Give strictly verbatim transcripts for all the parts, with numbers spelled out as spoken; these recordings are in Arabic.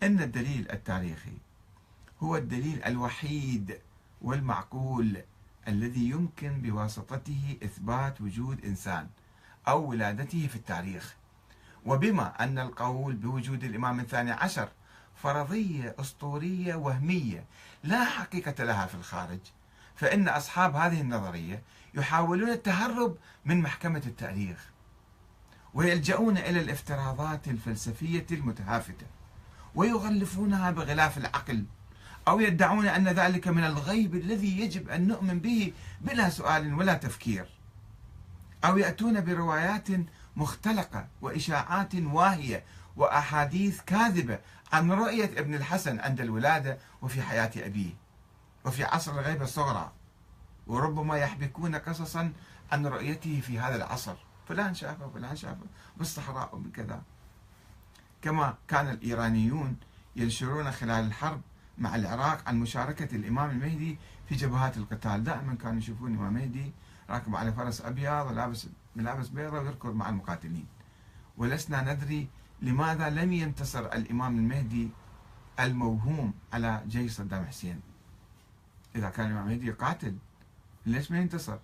أن الدليل التاريخي هو الدليل الوحيد والمعقول الذي يمكن بواسطته إثبات وجود إنسان أو ولادته في التاريخ. وبما أن القول بوجود الإمام الثاني عشر فرضية أسطورية وهمية لا حقيقة لها في الخارج، فإن أصحاب هذه النظرية يحاولون التهرب من محكمة التاريخ ويلجؤون إلى الافتراضات الفلسفية المتهافتة ويغلفونها بغلاف العقل، أو يدعون أن ذلك من الغيب الذي يجب أن نؤمن به بلا سؤال ولا تفكير، أو يأتون بروايات مختلقة وإشاعات واهية وأحاديث كاذبة عن رؤية ابن الحسن عند الولادة وفي حياة أبيه وفي عصر الغيبة الصغرى، وربما يحبكون قصصا عن رؤيته في هذا العصر، فلان شافه فلان شافه بالصحراء وبكذا. كما كان الإيرانيون ينشرون خلال الحرب مع العراق عن مشاركة الإمام المهدي في جبهات القتال، دائما كانوا يشوفون الإمام المهدي راكب على فرس أبيض ولابس ملابس بيضاء ويركض مع المقاتلين. ولسنا ندري لماذا لم ينتصر الإمام المهدي الموهوم على جيش صدام حسين. إذا كان الإمام المهدي قاتل ليش ما ينتصر؟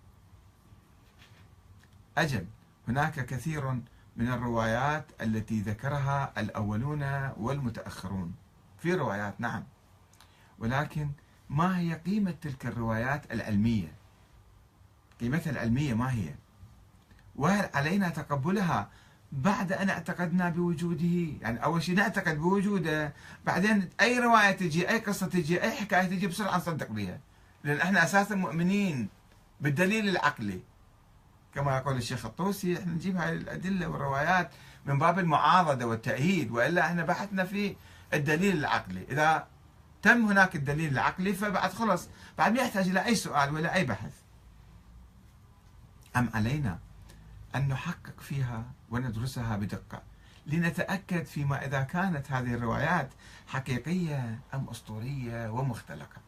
أجل، هناك كثير من الروايات التي ذكرها الأولون والمتأخرون، في روايات نعم، ولكن ما هي قيمة تلك الروايات العلمية؟ قيمتها العلمية ما هي؟ وهل علينا تقبلها بعد أن اعتقدنا بوجوده؟ يعني أول شيء نعتقد بوجوده، بعدين أي رواية تجي، أي قصة تجي، أي حكاية تجي بسرعة نصدق بها، لأن احنا أساسا مؤمنين بالدليل العقلي. كما يقول الشيخ الطوسي، احنا نجيب هاي الأدلة والروايات من باب المعاضدة والتأييد، وإلا احنا بحثنا في الدليل العقلي. إذا تم هناك الدليل العقلي فبعد خلص، بعد ما يحتاج إلى أي سؤال ولا أي بحث. أم علينا أن نحقق فيها وندرسها بدقة لنتأكد فيما إذا كانت هذه الروايات حقيقية أم أسطورية ومختلقة.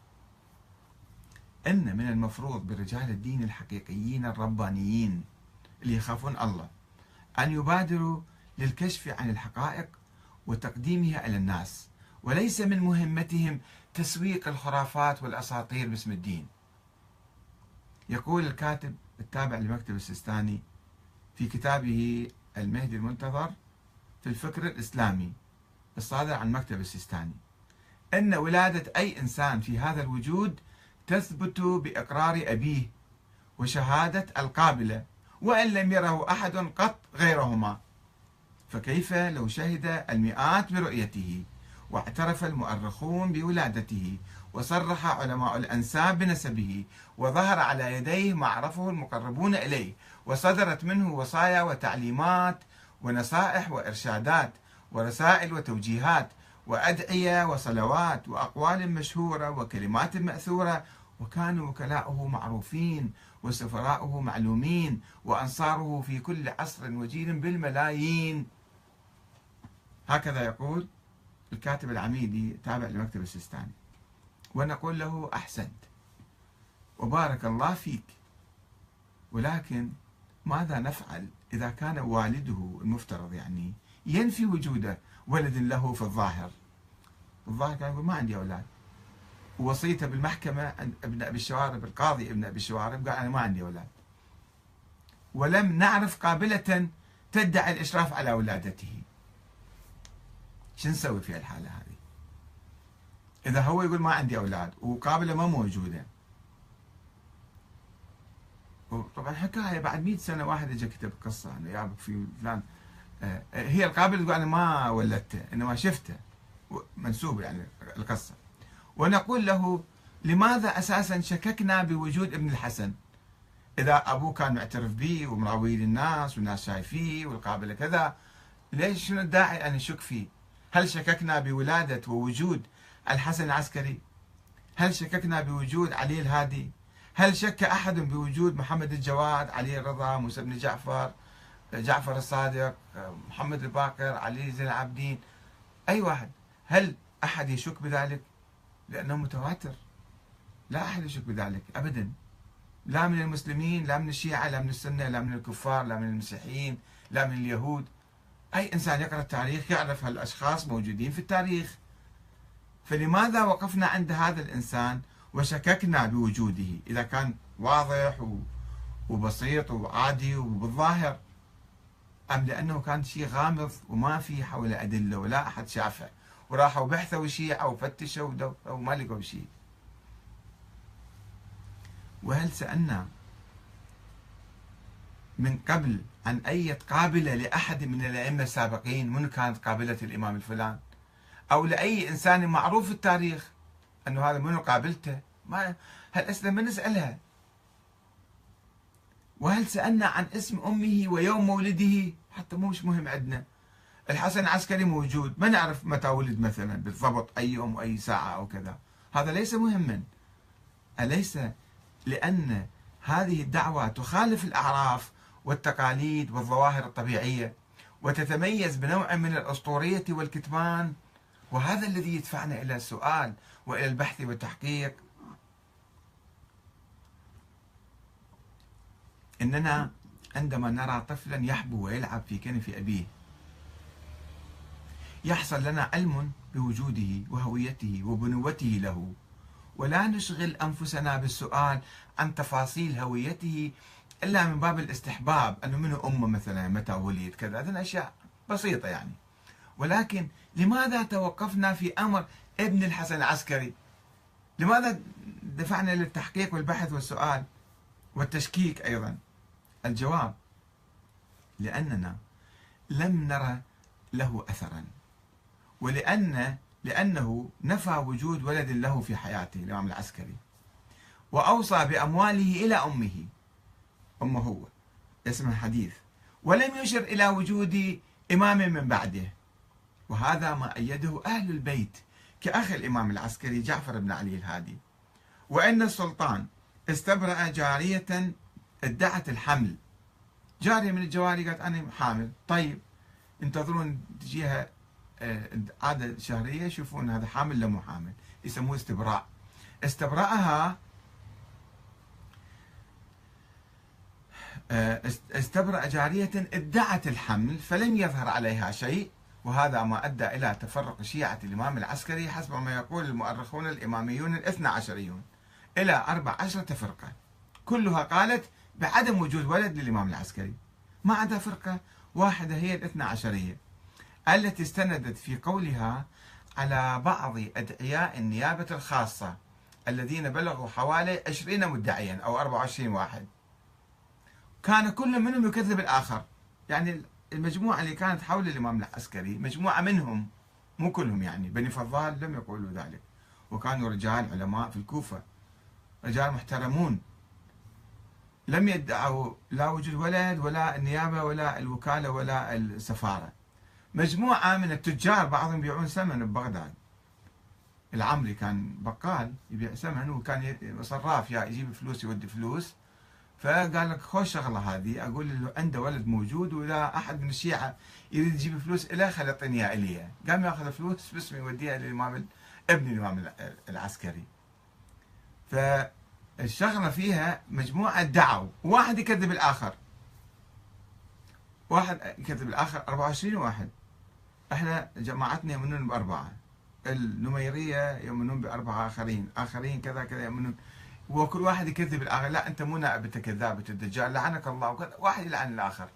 إن من المفروض برجال الدين الحقيقيين الربانيين اللي يخافون الله أن يبادروا للكشف عن الحقائق وتقديمها إلى الناس، وليس من مهمتهم تسويق الخرافات والأساطير باسم الدين. يقول الكاتب التابع لمكتب السيستاني في كتابه المهدي المنتظر في الفكر الإسلامي الصادر عن مكتب السيستاني أن ولادة أي إنسان في هذا الوجود تثبت بإقرار أبيه وشهادة القابلة، وإن لم يره أحد قط غيرهما، فكيف لو شهد المئات برؤيته واعترف المؤرخون بولادته وصرح علماء الأنساب بنسبه وظهر على يديه ما عرفه المقربون إليه وصدرت منه وصايا وتعليمات ونصائح وإرشادات ورسائل وتوجيهات وأدعية وصلوات وأقوال مشهورة وكلمات مأثورة، وكانوا وكلاؤه معروفين وسفراؤه معلومين وأنصاره في كل عصر وجيل بالملايين. هكذا يقول الكاتب العميدي تابع لمكتب السيستاني. ونقول له أحسنت وبارك الله فيك، ولكن ماذا نفعل إذا كان والده المفترض يعني ينفي وجود ولد له في الظاهر؟ الظاهر كان يقول ما عندي أولاد، ووصيته بالمحكمة ابن أبي الشوارب، القاضي ابن أبي الشوارب قال أنا ما عندي أولاد، ولم نعرف قابلة تدعي الإشراف على ولادته. شو نسوي في الحالة هذه؟ إذا هو يقول ما عندي أولاد وقابلة ما موجودة، طبعا حكاية بعد مئة سنة واحد اجى كتب قصة أنه يابك في فلان، هي القابلة تقول أنا ما ولدته إنما شفته، منسوب يعني القصة. ونقول له لماذا أساسا شككنا بوجود ابن الحسن إذا أبوه كان معترف به ومراوي للناس والناس شايفيه والقابلة كذا؟ ليش شنو الداعي أن نشك فيه؟ هل شككنا بولادة ووجود الحسن العسكري؟ هل شككنا بوجود علي الهادي؟ هل شك أحد بوجود محمد الجواد، علي الرضا، موسى بن جعفر، جعفر الصادق، محمد الباقر، علي زين العابدين، أي واحد؟ هل أحد يشك بذلك؟ لأنه متواتر، لا أحد يشك بذلك أبدا، لا من المسلمين، لا من الشيعة، لا من السنة، لا من الكفار، لا من المسيحيين، لا من اليهود. أي إنسان يقرأ التاريخ يعرف هالأشخاص موجودين في التاريخ، فلماذا وقفنا عند هذا الإنسان وشككنا بوجوده إذا كان واضح وبسيط وعادي وبالظاهر، أم لأنه كان شيء غامض وما في حوله أدلة ولا أحد شافه وراحوا بحثوا شيء أو فتشوا وما لقوا شيء؟ وهل سألنا من قبل عن أي قابلة لأحد من الأئمة السابقين من كانت قابلة الإمام الفلان، أو لأي إنسان معروف في التاريخ أنه هذا منو قابلته؟ ما هالأسئلة ما نسألها. وهل سألنا عن اسم أمه ويوم مولده؟ حتى مو مش مهم عندنا. الحسن العسكري موجود، ما نعرف متى ولد مثلا بالضبط، أي يوم وأي ساعة أو كذا، هذا ليس مهما. أليس لأن هذه الدعوة تخالف الأعراف والتقاليد والظواهر الطبيعية وتتميز بنوع من الأسطورية والكتمان، وهذا الذي يدفعنا إلى السؤال وإلى البحث والتحقيق. إننا عندما نرى طفلا يحبو ويلعب في كنف أبيه يحصل لنا علم بوجوده وهويته وبنوته له، ولا نشغل أنفسنا بالسؤال عن تفاصيل هويته إلا من باب الاستحباب، أنه منه أمه مثلا، متى ولد، كذا، هذه أشياء بسيطة يعني. ولكن لماذا توقفنا في أمر ابن الحسن العسكري؟ لماذا دفعنا للتحقيق والبحث والسؤال والتشكيك أيضا؟ الجواب: لأننا لم نرى له أثرا، ولأن لأنه نفى وجود ولد له في حياته الإمام العسكري، وأوصى بأمواله إلى أمه، أمه هو اسمه حديث، ولم يشر إلى وجود إمام من بعده. وهذا ما أيده أهل البيت كأخ الإمام العسكري جعفر بن علي الهادي. وإن السلطان استبرأ جارية ادعت الحمل، جارية من الجواري قالت أنا حامل، طيب ينتظرون تجيها عادة شهرية يشوفون هذا حامل ولا مو حامل، يسموه استبراء. استبرأها، استبرأ جارية ادعت الحمل فلم يظهر عليها شيء، وهذا ما أدى إلى تفرق شيعة الإمام العسكري حسب ما يقول المؤرخون الإماميون الاثنى عشريون إلى أربع عشرة فرقة، كلها قالت بعدم وجود ولد للإمام العسكري، ما عدا فرقة واحدة هي الاثنى عشرية التي استندت في قولها على بعض أدعياء النيابة الخاصة الذين بلغوا حوالي عشرين مدعيا أو أربعة وعشرين واحد، كان كل منهم يكذب الآخر. يعني المجموعة اللي كانت حول الإمام العسكري مجموعة منهم، مو كلهم، يعني بني فضال لم يقولوا ذلك، وكانوا رجال علماء في الكوفة، رجال محترمون، لم يدعوا لا وجود ولد ولا النيابة ولا الوكالة ولا السفارة. مجموعة من التجار بعضهم يبيعون سمن ببغداد، العمري كان بقال يبيع سمن وكان صراف، يا يجيب فلوس يودي فلوس، فقال لك خوش شغلة هذه، أقول له عنده ولد موجود وإذا أحد من الشيعة يريد يجيب فلوس إليه خلي يعطيني إياها إليه، قام ياخذ فلوس باسمه يوديها للإمام ابن الإمام العسكري. فالشغلة فيها مجموعة دعوا، واحد يكذب الآخر، واحد يكذب الآخر، أربعة وعشرين واحد. احنا جماعتنا يؤمنون بأربعة، النميرية يؤمنون بأربعة آخرين، آخرين كذا كذا يؤمنون، وكل واحد يكذب الآخر، لا أنت مو نائب، أنت كذاب، أنت الدجال، لعنك الله، وكذا، واحد يلعن الآخر.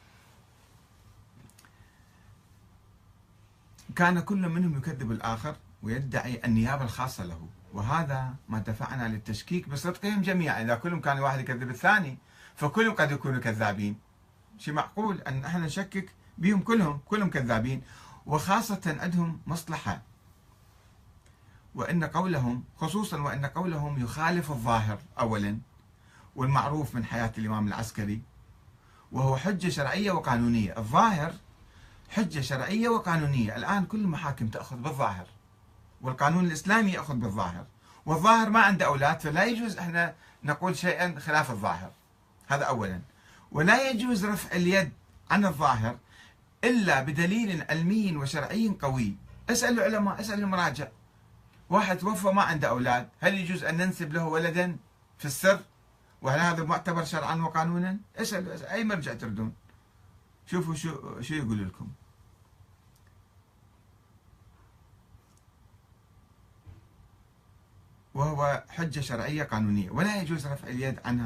كان كل منهم يكذب الآخر ويدعي النيابة الخاصة له، وهذا ما دفعنا للتشكيك بصدقهم جميعا. إذا كلهم كان واحد يكذب الثاني فكلهم قد يكونوا كذابين، شيء معقول أن احنا نشكك بهم كلهم، كلهم كذابين، وخاصة عندهم مصلحة. وإن قولهم خصوصا وإن قولهم يخالف الظاهر أولا والمعروف من حياة الإمام العسكري، وهو حجة شرعية وقانونية. الظاهر حجة شرعية وقانونية، الآن كل المحاكم تأخذ بالظاهر، والقانون الإسلامي يأخذ بالظاهر، والظاهر ما عنده أولاد، فلا يجوز احنا نقول شيئا خلاف الظاهر، هذا أولا. ولا يجوز رفع اليد عن الظاهر إلا بدليل علمي وشرعي قوي. اسأل العلماء، اسأل المراجع، واحد توفى ما عنده أولاد، هل يجوز أن ننسب له ولدا في السر؟ وهل هذا معتبر شرعا وقانونا؟ اسأل أي مرجع تردون، شوفوا شو شو يقول لكم. وهو حجة شرعية قانونية ولا يجوز رفع اليد عنها